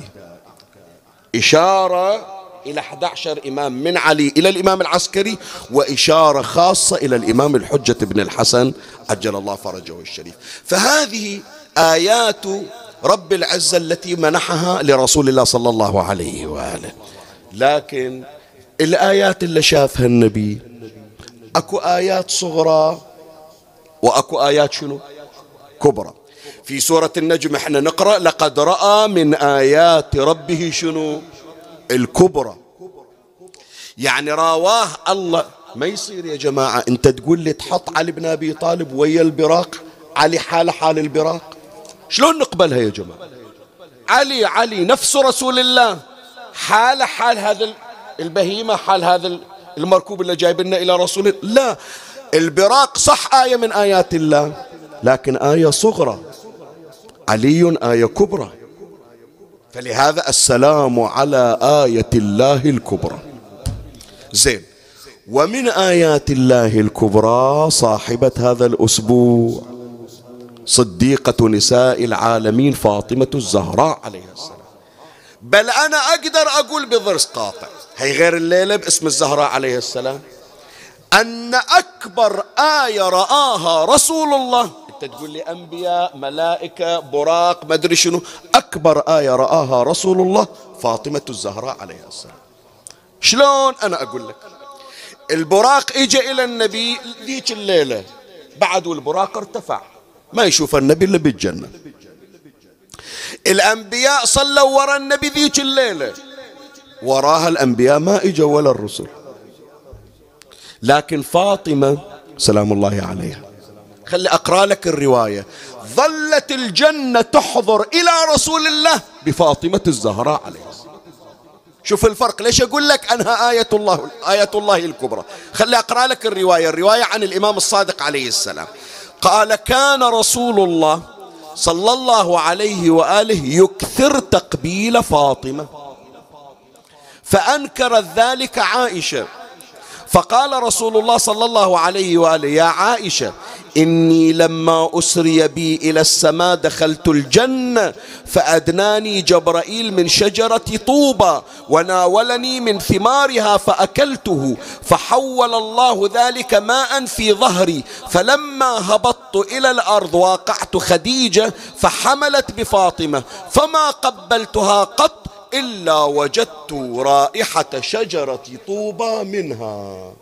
إشارة إلى أحد عشر إمام، من علي إلى الإمام العسكري، وإشارة خاصة إلى الإمام الحجة بن الحسن عجل الله فرجه الشريف. فهذه آيات رب العزة التي منحها لرسول الله صلى الله عليه وآله. لكن الآيات اللي شافها النبي أكو آيات صغرى وأكو آيات شنو؟ كبرى. في سورة النجم احنا نقرأ: لقد رأى من آيات ربه شنو؟ الكبرى. يعني راواه الله. ما يصير يا جماعة انت تقول لي تحط علي بن أبي طالب ويا البراق، علي حال حال البراق، شلون نقبلها يا جماعة؟ علي علي نفس رسول الله، حال حال هذا البهيمة، حال هذا المركوب اللي جايبنا إلى رسول الله. لا، البراق صح آية من آيات الله، لكن آية صغرى، علي آية كبرى. فلهذا السلام على آية الله الكبرى. زين. ومن آيات الله الكبرى صاحبة هذا الأسبوع صديقة نساء العالمين فاطمة الزهراء عليها السلام. بل أنا أقدر أقول بضرس قاطع، هي غير الليلة باسم الزهراء عليه السلام، أن أكبر آية رآها رسول الله، أنت تقول لي أنبياء ملائكة براق ما أدري شنو، أكبر آية رآها رسول الله فاطمة الزهراء عليها السلام. شلون؟ أنا أقول لك. البراق إجا إلى النبي ذيك الليلة، بعد والبراق ارتفع ما يشوف النبي إلا بالجنة. الأنبياء صلوا وراء النبي ذيك الليلة، وراها الأنبياء ما إجوا ولا الرسل. لكن فاطمة سلام الله عليها، خلي أقرأ لك الرواية، ظلت الجنة تحضر إلى رسول الله بفاطمة الزهراء عليها السلام. شوف الفرق. ليش أقول لك أنها آية الله، آية الله الكبرى؟ خلي أقرأ لك الرواية. الرواية عن الإمام الصادق عليه السلام قال: كان رسول الله صلى الله عليه وآله يكثر تقبيل فاطمة، فأنكرت ذلك عائشة، فقال رسول الله صلى الله عليه وآله: يا عائشة، إني لما أسري بي إلى السماء دخلت الجنة فأدناني جبرائيل من شجرة طوبى وناولني من ثمارها فأكلته، فحول الله ذلك ماء في ظهري، فلما هبطت إلى الأرض واقعت خديجة فحملت بفاطمة، فما قبلتها قط إلا وجدت رائحة شجرة طوبى منها.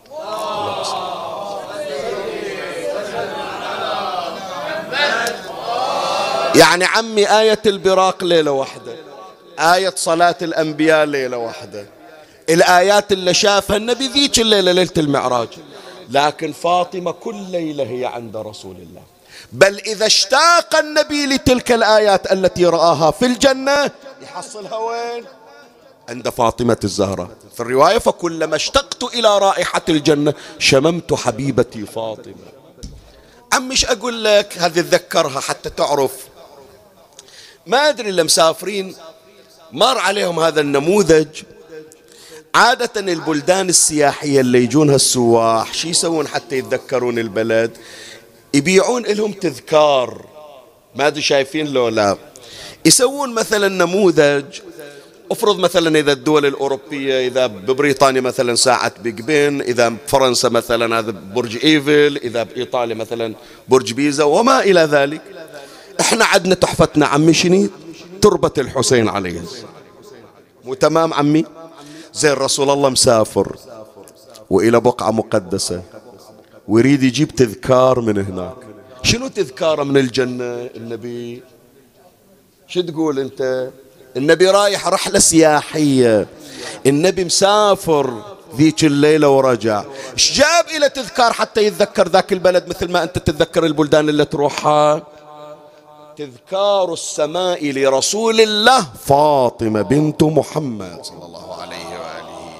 يعني عمي آية البراق ليلة واحدة، آية صلاة الأنبياء ليلة واحدة، الآيات اللي شافها النبي ذيك الليلة ليلة المعراج، لكن فاطمة كل ليلة هي عند رسول الله. بل إذا اشتاق النبي لتلك الآيات التي رآها في الجنة يحصلها وين؟ عند فاطمة الزهراء. في الرواية: فكلما اشتقت إلى رائحة الجنة شممت حبيبتي فاطمة. عمش أقول لك هذه تذكرها حتى تعرف. ما أدري اللي مسافرين مر عليهم هذا النموذج. عادة البلدان السياحية اللي يجونها السواح شي يسوون حتى يتذكرون البلد؟ يبيعون لهم تذكار. ما أدري شايفين لو لا؟ يسوون مثلا نموذج. افرض مثلا إذا الدول الأوروبية، إذا ببريطانيا مثلا ساعة بيج بن، إذا بفرنسا مثلا هذا برج إيفل، إذا بإيطاليا مثلا برج بيزا وما إلى ذلك. إحنا عدنا تحفتنا عمي شني؟ تربة الحسين عليه السلام. مو تمام عمي؟ زي الرسول الله مسافر وإلى بقعة مقدسة ويريد يجيب تذكار من هناك. شنو تذكاره من الجنة النبي؟ شو تقول أنت؟ النبي رايح رحلة سياحية، النبي مسافر ذيك الليلة ورجع. ايش جاب إلى تذكار حتى يتذكر ذاك البلد مثل ما أنت تتذكر البلدان اللي تروحها؟ تذكار السماء لرسول الله فاطمة بنت محمد صلى الله عليه وآله.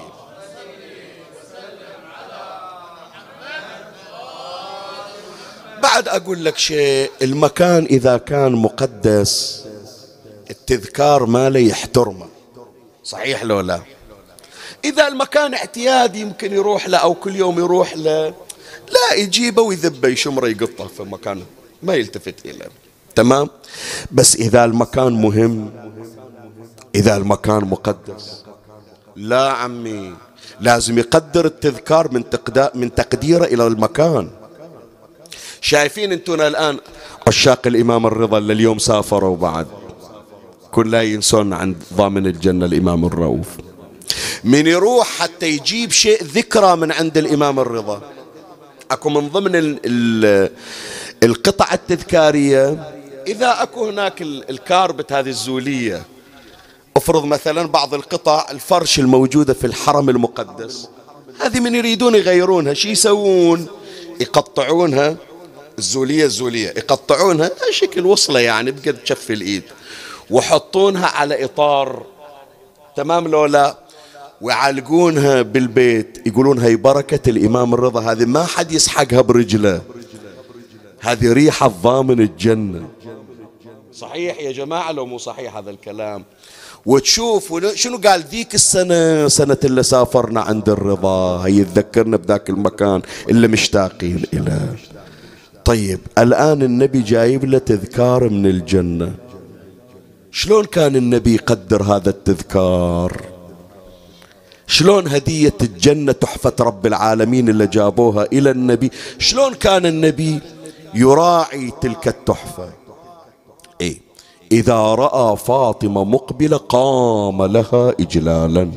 بعد أقول لك شيء، المكان إذا كان مقدس التذكار ما له يحترمه، صحيح لو لا؟ إذا المكان اعتيادي يمكن يروح له أو كل يوم يروح له، لا، يجيبه ويذبه يشمره يقطه في مكانه ما يلتفت إليه. تمام؟ بس إذا المكان مهم، إذا المكان مقدس، لا عمي، لازم يقدر التذكار من تقدير من تقديره إلى المكان. شايفين انتونا الآن عشاق الإمام الرضا اللي اليوم سافروا بعد كل لا ينسون عند ضامن الجنة الإمام الرؤوف، من يروح حتى يجيب شيء ذكرى من عند الإمام الرضا. أكو من ضمن ال ال القطع التذكارية، إذا أكو هناك الكاربت هذه الزولية، أفرض مثلا بعض القطع الفرش الموجودة في الحرم المقدس، هذه من يريدون يغيرونها شي يسوون؟ يقطعونها، الزولية الزولية يقطعونها شكل وصلة يعني بقد شف الإيد، وحطونها على إطار، تمام لو لا؟ ويعلقونها بالبيت، يقولون هي بركة الإمام الرضا، هذه ما حد يسحقها برجله، هذه ريحة ضامن الجنة. صحيح يا جماعة لو مو صحيح هذا الكلام؟ وتشوف شنو قال ذيك السنة، سنة اللي سافرنا عند الرضا، هي تذكرنا بذاك المكان اللي مشتاقين إليه. طيب الآن النبي جايب له تذكار من الجنة، شلون كان النبي يقدر هذا التذكار؟ شلون هدية الجنة تحفة رب العالمين اللي جابوها إلى النبي، شلون كان النبي يراعي تلك التحفة؟ إيه؟ إذا رأى فاطمة مقبلة قام لها إجلالا،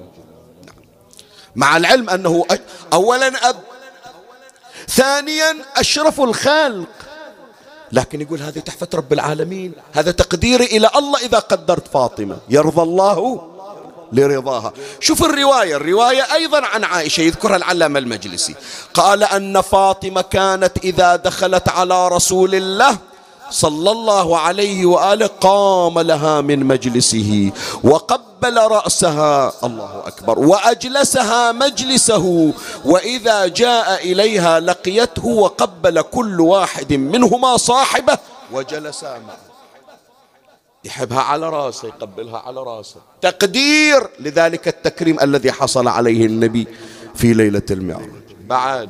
مع العلم أنه أولا أب، ثانيا أشرف الخلق، لكن يقول هذه تحفة رب العالمين، هذا تقديري إلى الله إذا قدرت فاطمة، يرضى الله لرضاها. شوف الرواية، الرواية أيضا عن عائشة يذكرها العلامة المجلسي، قال أن فاطمة كانت إذا دخلت على رسول الله صلى الله عليه وآله قام لها من مجلسه وقبل رأسها، الله أكبر، وأجلسها مجلسه، وإذا جاء إليها لقيته وقبل كل واحد منهما صاحبه وجلسا معه. يحبها على راسه، يقبلها على راسه، تقدير لذلك التكريم الذي حصل عليه النبي في ليلة المعراج. بعد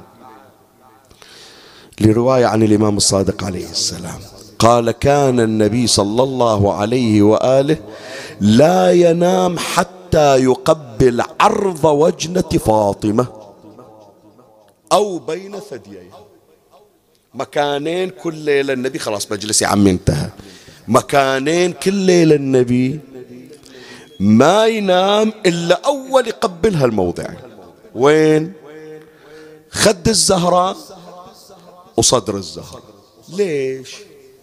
لرواية عن الإمام الصادق عليه السلام قال كان النبي صلى الله عليه وآله لا ينام حتى يقبل عرض وجنة فاطمة أو بين ثدييها. مكانين كل ليلة النبي، خلاص مجلس يا عمي انتهى، مكانين كل ليلة النبي ما ينام إلا أول يقبل هالموضع. وين؟ خد الزهراء وصدر الزهراء. ليش؟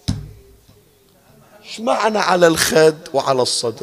ايش معنى على الخد وعلى الصدر؟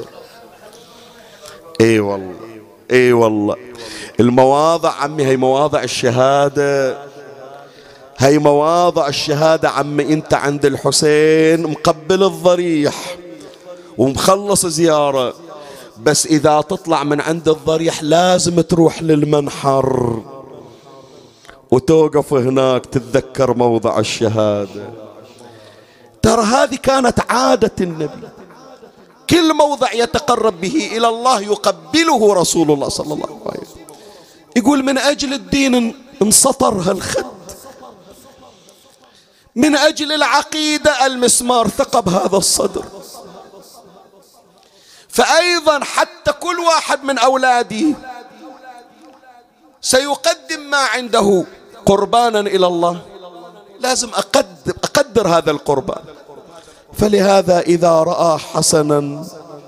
اي والله اي والله المواضع عمي هي مواضع الشهادة، هي مواضع الشهادة عمي. انت عند الحسين مقبل الضريح ومخلص زيارة، بس اذا تطلع من عند الضريح لازم تروح للمنحر وتوقف هناك تتذكر موضع الشهادة. ترى هذه كانت عادة النبي، كل موضع يتقرب به إلى الله يقبله رسول الله صلى الله عليه وسلم. يقول من أجل الدين انسطر هالخد، من أجل العقيدة المسمار ثقب هذا الصدر. فأيضا حتى كل واحد من أولادي سيقدم ما عنده قربانا إلى الله، لازم أقدر, أقدر هذا القربان. فلهذا إذا رأى حسنا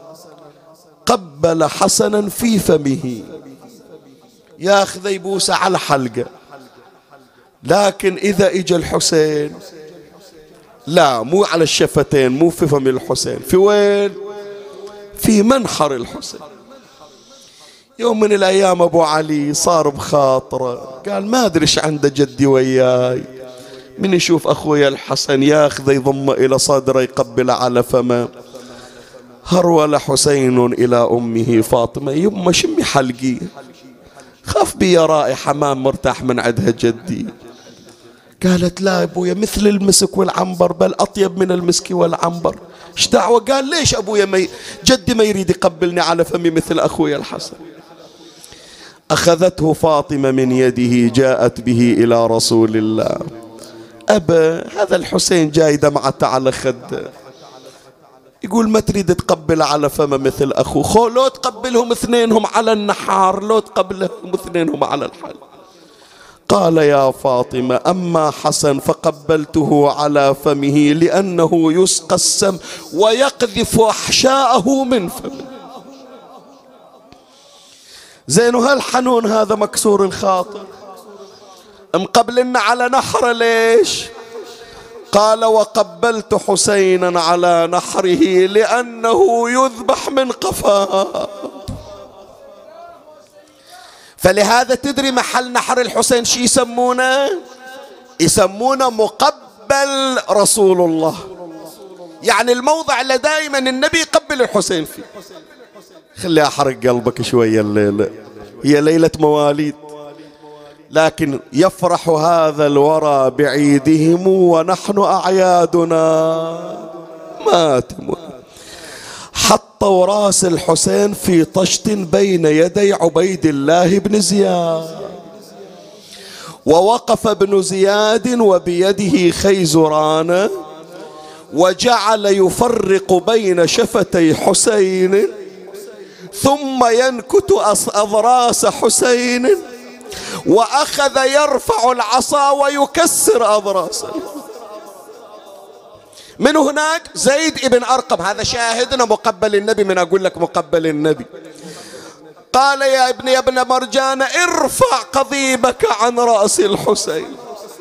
قبل حسنا في فمه، ياخذ يبوسه على حلقه. لكن إذا إجا الحسين لا، مو على الشفتين، مو في فم الحسين، في وين؟ في منحر الحسين. يوم من الأيام أبو علي صار بخاطره، قال ما أدري إيش عنده جدي وياي، من يشوف أخويا الحسن ياخذ يضم إلى صدره يقبل على فمه. هرول حسين إلى أمه فاطمة، يما شمي حلقي، خاف بي رائحة ما مرتاح من عندها جدي. قالت لا أبويا مثل المسك والعنبر، بل أطيب من المسك والعنبر. ايش دعوة؟ قال ليش أبويا مي جدي ما يريد يقبلني على فمي مثل أخويا الحسن؟ أخذته فاطمة من يده جاءت به إلى رسول الله. أبا هذا الحسين جاي دمعته على خده، يقول ما تريد تقبل على فمه مثل أخوه، خو لو تقبلهم اثنينهم على النحار، لو تقبلهم اثنينهم على الحل. قال يا فاطمة أما حسن فقبلته على فمه لأنه يسقى السم ويقذف أحشاءه من فمه. زين هالحنون هذا مكسور الخاطر مقبلنا على نحر ليش؟ قال وقبلت حسينا على نحره لأنه يذبح من قفاه. فلهذا تدري محل نحر الحسين شي يسمونه؟ يسمونه مقبل رسول الله، يعني الموضع اللي دائما النبي يقبل الحسين فيه. خلي أحرق قلبك شوية الليلة، هي ليلة مواليد، لكن يفرح هذا الورى بعيدهم ونحن أعيادنا ماتم. حطوا راس الحسين في طشت بين يدي عبيد الله بن زياد، ووقف ابن زياد وبيده خيزران وجعل يفرق بين شفتي حسين ثم ينكت أضراس حسين، وأخذ يرفع العصا ويكسر أضراسه. من هناك زيد ابن أرقم، هذا شاهدنا مقبل النبي، من أقول لك مقبل النبي، قال يا ابن يا ابن مرجان ارفع قضيبك عن رأس الحسين،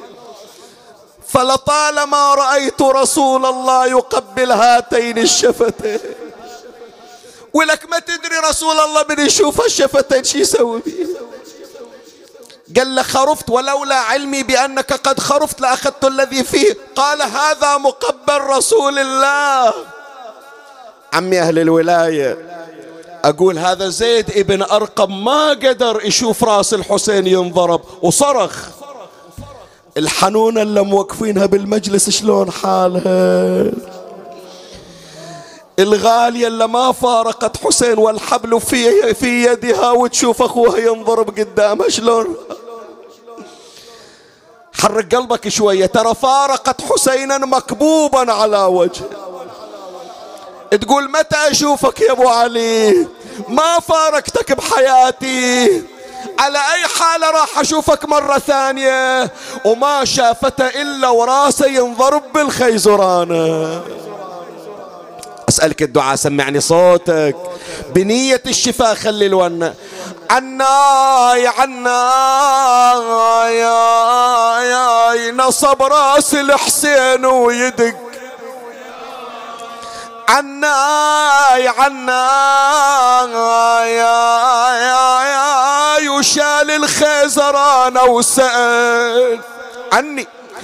فلطالما رأيت رسول الله يقبل هاتين الشفتين. ولك ما تدري رسول الله من يشوف الشفتين شي يسوي بيه؟ قال له خرفت، ولولا علمي بأنك قد خرفت لأخذت الذي فيه. قال هذا مقبل رسول الله. عمي أهل الولاية، أقول هذا زيد ابن أرقم ما قدر يشوف راس الحسين ينضرب وصرخ. الحنونة اللي موقفينها بالمجلس شلون حالها؟ الغالية اللي ما فارقت حسين والحبل في في يدها، وتشوف أخوها ينضرب قدامها شلون. حرك قلبك شوية، ترى فارقت حسينا مكبوبا على وجهه. تقول متى أشوفك يا أبو علي؟ ما فارقتك بحياتي، على أي حالة راح أشوفك مرة ثانية؟ وما شافته إلا وراسه ينضرب بالخيزرانة. أسألك الدعاء، سمعني صوتك بنية الشفاء، خلي الونة. عناي عناي يا نصب راس الحسين ويدق، عناي عناي يا وشال الخيزرانة وسأل عني.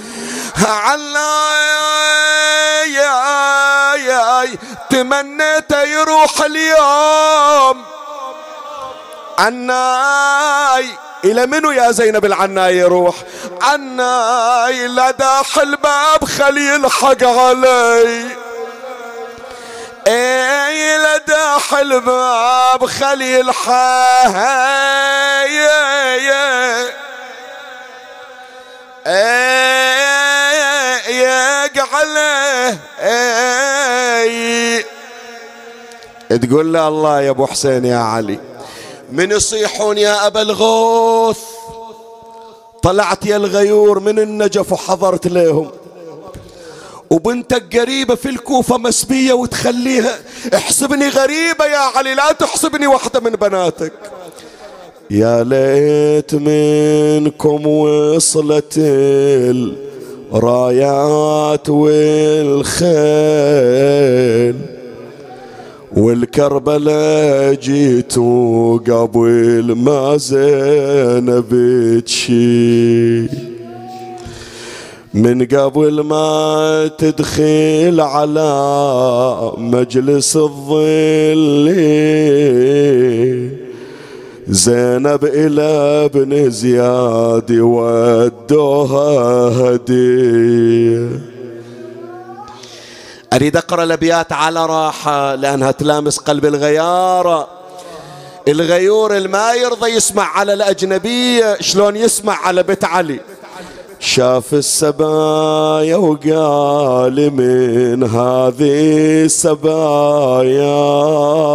عناي يا تمنيت يروح اليوم. عناي إلى منو يا زينب العناي يروح؟ عناي لا داخل الباب خلي يلحق علي، اي لا داخل الباب خلي يلحق عليه. تقول له الله يا ابو حسين يا علي، من يصيحون يا أبا الغوث؟ طلعت يا الغيور من النجف وحضرت لهم، وبنتك قريبة في الكوفة مسبية وتخليها. احسبني غريبة يا علي، لا تحسبني واحدة من بناتك. يا ليت منكم وصلت الرايات والخيل، والكربلاء جيتوا قبل ما زينب تشي، من قبل ما تدخل على مجلس الظل زينب إلى ابن زياد ودوها هدية. أريد أقرأ الأبيات على راحة لأنها تلامس قلب الغيارة. الغيور الما يرضى يسمع على الأجنبية، شلون يسمع على بيت علي؟ شاف السبايا وقال من هذه السبايا،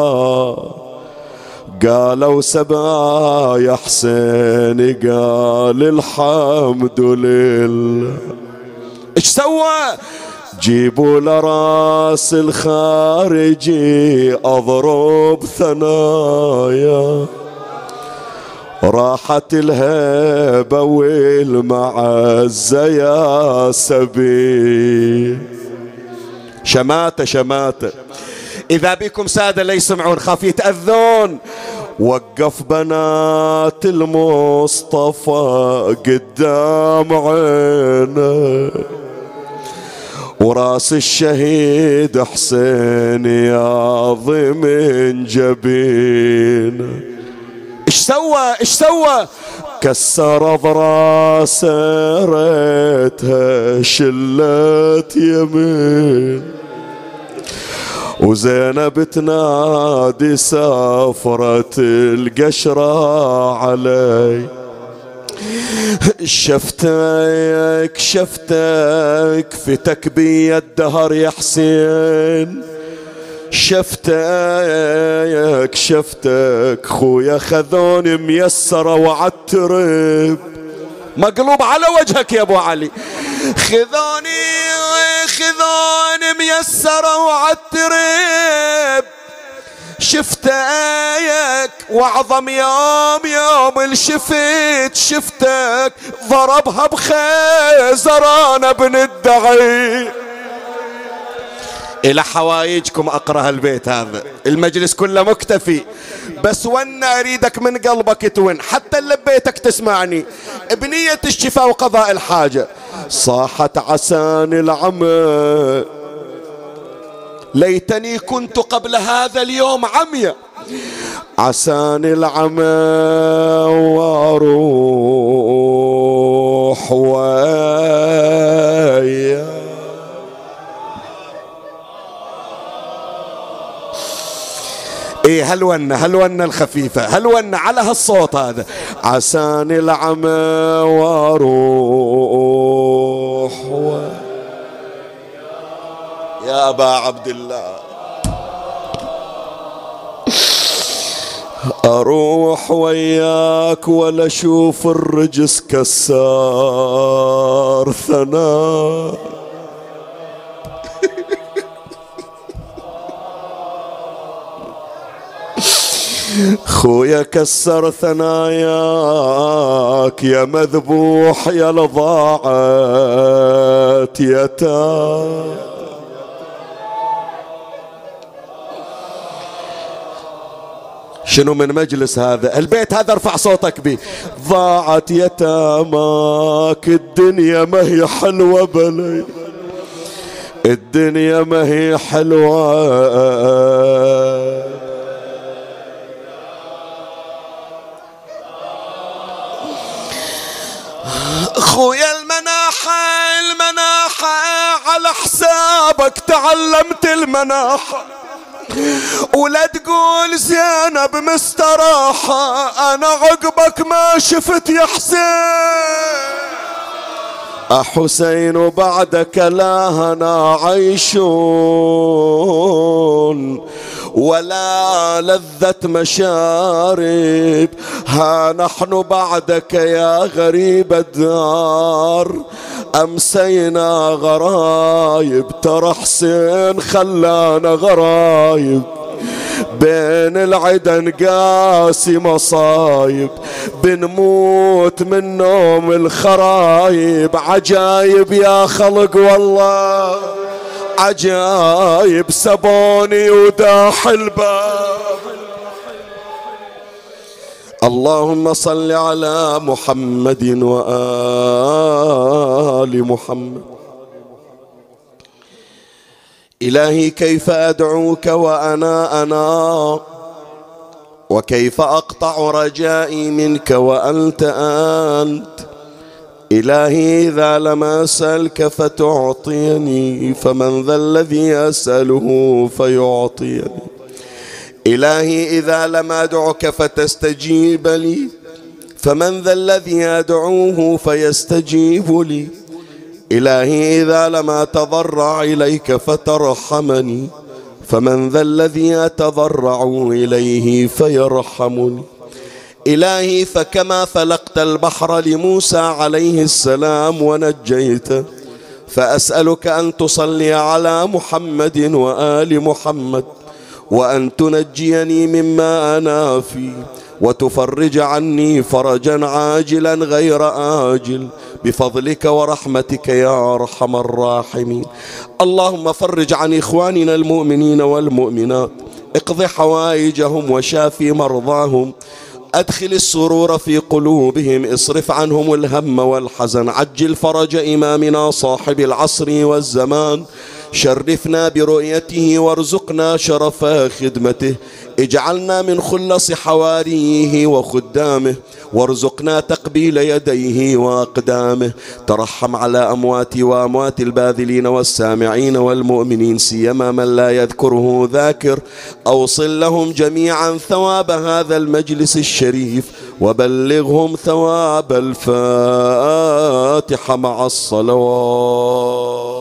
قالوا سبايا حسين، قال الحمد لله. ايش سوى؟ جيبوا لراس الخارجي اضرب ثنايا، راحت الهيبة والمعزة يا سبي. شماتة شماتة. إذا بكم سادة لا يسمعون خاف يتأذون. وقف بنات المصطفى قدام عينه، وراس الشهيد حسين ياضي من جبينه. ايش سوى ايش سوى؟ كسر براسه ريتها شلت يمين، وزينب تنادي سافرت القشرة علي. شفتك شفتك فتك بي الدهر يا حسين، شفتك شفتك خويا خذوني ميسرة وعالترب، مقلوب على وجهك يا ابو علي. خذوني خذوني ميسرة وعالترب، شفتك واعظم يوم يوم الشفت، شفتك ضربها بخيزران بن الدعي. إلى حوايجكم أقرأ البيت هذا، المجلس كله مكتفي، بس وانا أريدك من قلبك تون، حتى اللي ببيتك تسمعني بنية الشفاء وقضاء الحاجة. صاحت عسان العمى، ليتني كنت قبل هذا اليوم عميا، عسان العمى واروح ويا ايه هلونة هلونة الخفيفة، هلونة على هالصوت هذا. عساني العمى واروح و... يا ابا عبد الله اروح وياك ولا اشوف الرجس كسار ثنا. خويا كسر ثناياك يا مذبوح يا لضاعت يتام. شنو من مجلس هذا البيت هذا ارفع صوتك به. ضاعت يتاماك الدنيا ما هي حلوة بلي، الدنيا ما هي حلوة. خويا المناحة المناحة على حسابك تعلمت المناحة، ولا تقول زينب مستراحة أنا عقبك ما شفت يا حسين. حسين بعدك لا هنا عيشون ولا لذة مشارب، ها نحن بعدك يا غريب الدار أمسينا غرايب. ترى حسين خلانا غرايب بين العدا نقاسي مصايب، بنموت من نوم الخرايب. عجايب يا خلق والله عجايب، سبوني وداح الباب. اللهم صل على محمد وآل محمد. إلهي كيف أدعوك وأنا أنا، وكيف أقطع رجائي منك وأنت أنت. إلهي إذا لم أسألك فتعطيني، فمن ذا الذي أسأله فيعطيني. إلهي إذا لم أدعك فتستجيب لي، فمن ذا الذي أدعوه فيستجيب لي. إلهي إذا لم أتضرع إليك فترحمني، فمن ذا الذي أتضرع إليه فيرحمني. إلهي فكما فلقت البحر لموسى عليه السلام ونجيته، فأسألك أن تصلي على محمد وآل محمد، وأن تنجيني مما أنا فيه، وتفرج عني فرجا عاجلا غير آجل بفضلك ورحمتك يا أرحم الراحمين. اللهم فرج عن إخواننا المؤمنين والمؤمنات، اقض حوائجهم وشافي مرضاهم، أدخل السرور في قلوبهم، اصرف عنهم الهم والحزن، عجل فرج إمامنا صاحب العصر والزمان، شرفنا برؤيته وارزقنا شرف خدمته، اجعلنا من خلص حواريه وخدامه، وارزقنا تقبيل يديه وأقدامه. ترحم على أمواتي وأموات الباذلين والسامعين والمؤمنين، سيما من لا يذكره ذاكر. أوصل لهم جميعا ثواب هذا المجلس الشريف، وبلغهم ثواب الفاتحة مع الصلوات.